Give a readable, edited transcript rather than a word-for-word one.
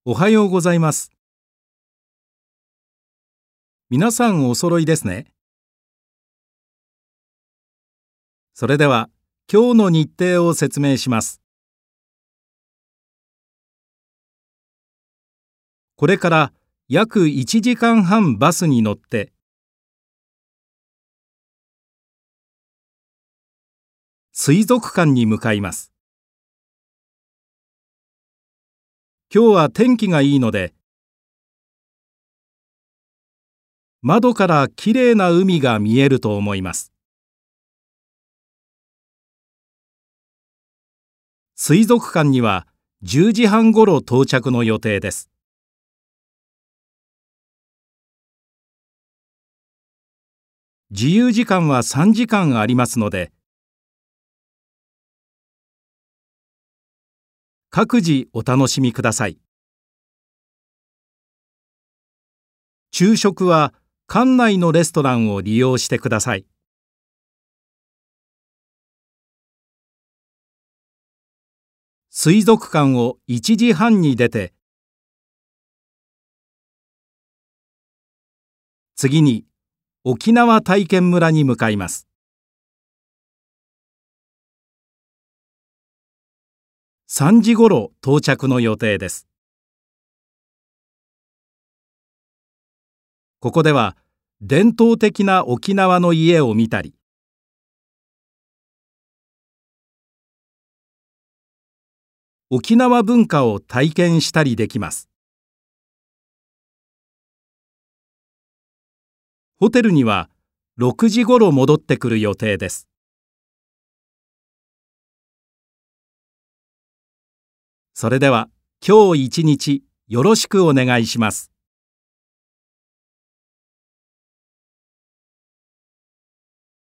おはようございます。皆さんお揃いですね。それでは今日の日程を説明します。これから約1時間半バスに乗って水族館に向かいます。今日は天気がいいので窓からきれいな海が見えると思います。水族館には10時半ごろ到着の予定です。自由時間は3時間ありますので、各自お楽しみください。昼食は館内のレストランを利用してください。水族館を1時半に出て、次に沖縄体験村に向かいます。3時ごろ到着の予定です。ここでは伝統的な沖縄の家を見たり、沖縄文化を体験したりできます。ホテルには6時ごろ戻ってくる予定です。それでは今日一日よろしくお願いします。